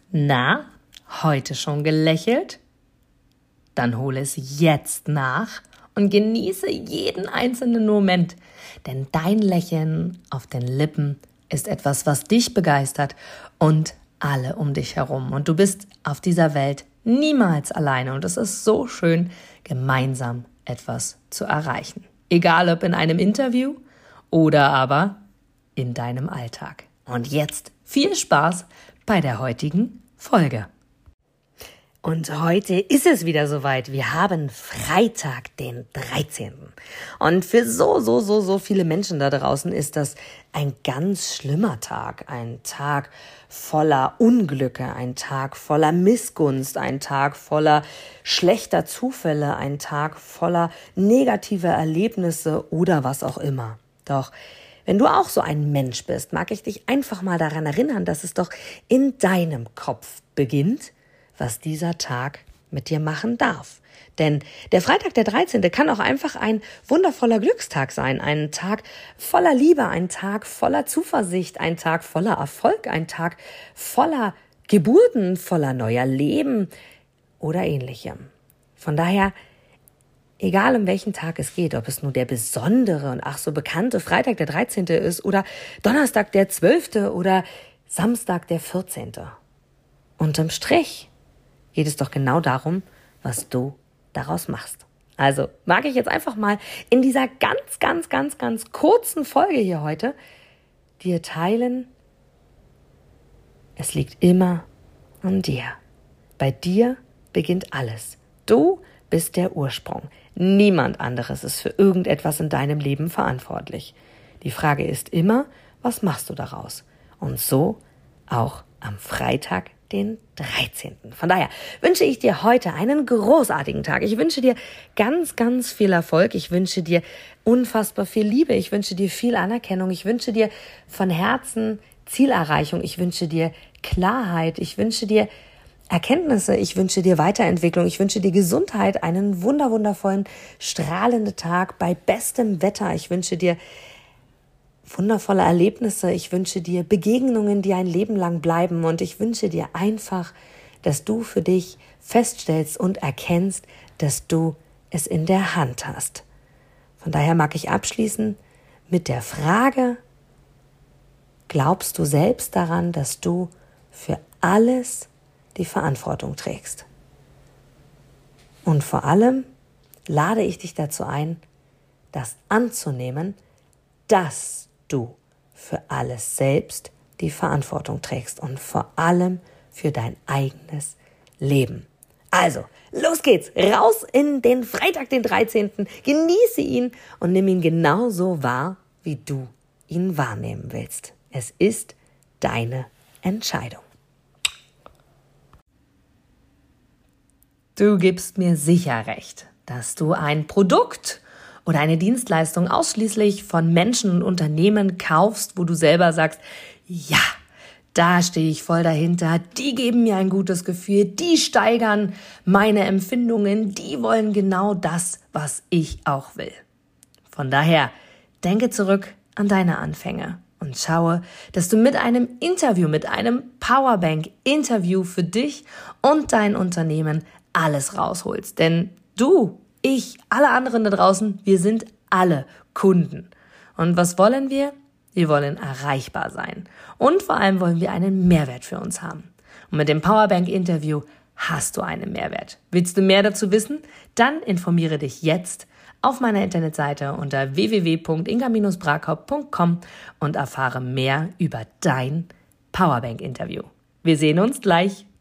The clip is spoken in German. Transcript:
Na, heute schon gelächelt? Dann hole es jetzt nach und genieße jeden einzelnen Moment, denn dein Lächeln auf den Lippen ist etwas, was dich begeistert und alle um dich herum. Und du bist auf dieser Welt niemals alleine und es ist so schön, gemeinsam etwas zu erreichen. Egal ob in einem Interview oder aber in deinem Alltag. Und jetzt viel Spaß bei der heutigen Folge. Und heute ist es wieder soweit. Wir haben Freitag, den 13. Und für so viele Menschen da draußen ist das ein ganz schlimmer Tag. Ein Tag voller Unglücke, ein Tag voller Missgunst, ein Tag voller schlechter Zufälle, ein Tag voller negativer Erlebnisse oder was auch immer. Doch wenn du auch so ein Mensch bist, mag ich dich einfach mal daran erinnern, dass es doch in deinem Kopf beginnt, was dieser Tag mit dir machen darf. Denn der Freitag, der 13. kann auch einfach ein wundervoller Glückstag sein. Ein Tag voller Liebe, ein Tag voller Zuversicht, ein Tag voller Erfolg, ein Tag voller Geburten, voller neuer Leben oder ähnlichem. Von daher, egal um welchen Tag es geht, ob es nur der besondere und ach so bekannte Freitag, der 13. ist oder Donnerstag, der 12. oder Samstag, der 14. Unterm Strich geht es doch genau darum, was du daraus machst. Also mag ich jetzt einfach mal in dieser ganz kurzen Folge hier heute dir teilen, es liegt immer an dir. Bei dir beginnt alles. Du bist der Ursprung. Niemand anderes ist für irgendetwas in deinem Leben verantwortlich. Die Frage ist immer, was machst du daraus? Und so auch am Freitag, den 13. Von daher wünsche ich dir heute einen großartigen Tag. Ich wünsche dir ganz viel Erfolg. Ich wünsche dir unfassbar viel Liebe. Ich wünsche dir viel Anerkennung. Ich wünsche dir von Herzen Zielerreichung. Ich wünsche dir Klarheit. Ich wünsche dir Erkenntnisse. Ich wünsche dir Weiterentwicklung. Ich wünsche dir Gesundheit, einen wundervollen, strahlenden Tag bei bestem Wetter. Ich wünsche dir wundervolle Erlebnisse. Ich wünsche dir Begegnungen, die ein Leben lang bleiben. Und ich wünsche dir einfach, dass du für dich feststellst und erkennst, dass du es in der Hand hast. Von daher mag ich abschließen mit der Frage: Glaubst du selbst daran, dass du für alles die Verantwortung trägst? Und vor allem lade ich dich dazu ein, das anzunehmen, dass du für alles selbst die Verantwortung trägst und vor allem für dein eigenes Leben. Also, los geht's, raus in den Freitag, den 13. Genieße ihn und nimm ihn genauso wahr, wie du ihn wahrnehmen willst. Es ist deine Entscheidung. Du gibst mir sicher recht, dass du ein Produkt oder eine Dienstleistung ausschließlich von Menschen und Unternehmen kaufst, wo du selber sagst, ja, da stehe ich voll dahinter, die geben mir ein gutes Gefühl, die steigern meine Empfindungen, die wollen genau das, was ich auch will. Von daher, denke zurück an deine Anfänge und schaue, dass du mit einem Interview, mit einem Powerbank-Interview für dich und dein Unternehmen alles rausholst. Denn du, ich, alle anderen da draußen, wir sind alle Kunden. Und was wollen wir? Wir wollen erreichbar sein. Und vor allem wollen wir einen Mehrwert für uns haben. Und mit dem Powerbank-Interview hast du einen Mehrwert. Willst du mehr dazu wissen? Dann informiere dich jetzt auf meiner Internetseite unter www.inga-brakop.com und erfahre mehr über dein Powerbank-Interview. Wir sehen uns gleich.